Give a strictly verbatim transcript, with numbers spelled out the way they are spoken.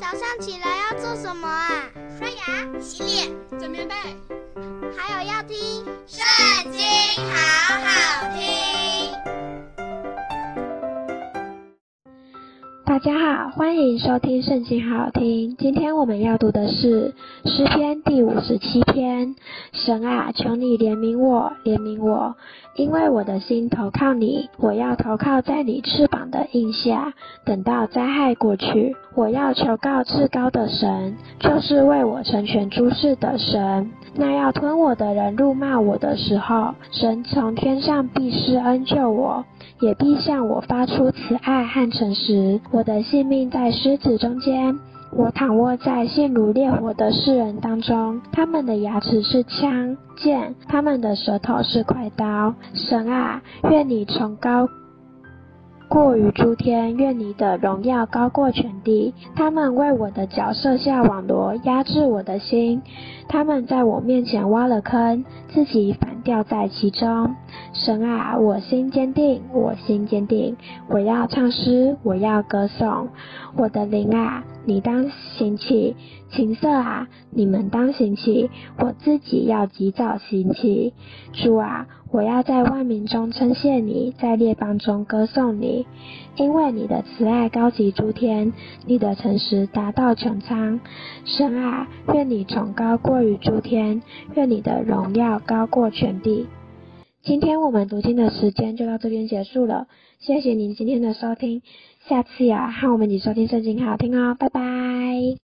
早上起来要做什么啊？ 刷牙、洗脸、 整棉被， 还有要听《 圣经》，好好听。 大家好，欢迎收听《圣经》，好好听。今天我们要读的是诗篇第五十七篇。神啊，求你怜悯我，怜悯我，因为我的心投靠你。我要投靠在你翅膀的荫下，等到灾害过去。我要求告至高的神，就是为我成全诸事的神。那要吞我的人辱骂我的时候，神从天上必施恩救我，也必向我发出慈爱和诚实。我的性命在狮子中间，我躺卧在陷如烈火的世人当中，他们的牙齿是枪剑，他们的舌头是快刀。神啊，愿你崇高过于诸天，愿你的荣耀高过全地。他们为我的脚设下网罗，压制我的心。他们在我面前挖了坑，自己反掉在其中。神啊，我心坚定，我心坚定，我要唱诗，我要歌颂。我的灵啊，你当兴起；琴瑟啊，你们当兴起。我自己要及早兴起。主啊，我要在万民中称谢你，在列邦中歌颂你，因为你的慈爱高及诸天，你的诚实达到穹苍。神啊，愿你崇高过于诸天，愿你的荣耀高过全地。今天我们读经的时间就到这边结束了，谢谢您今天的收听，下次呀和我们一起收听圣经好听哦，拜拜。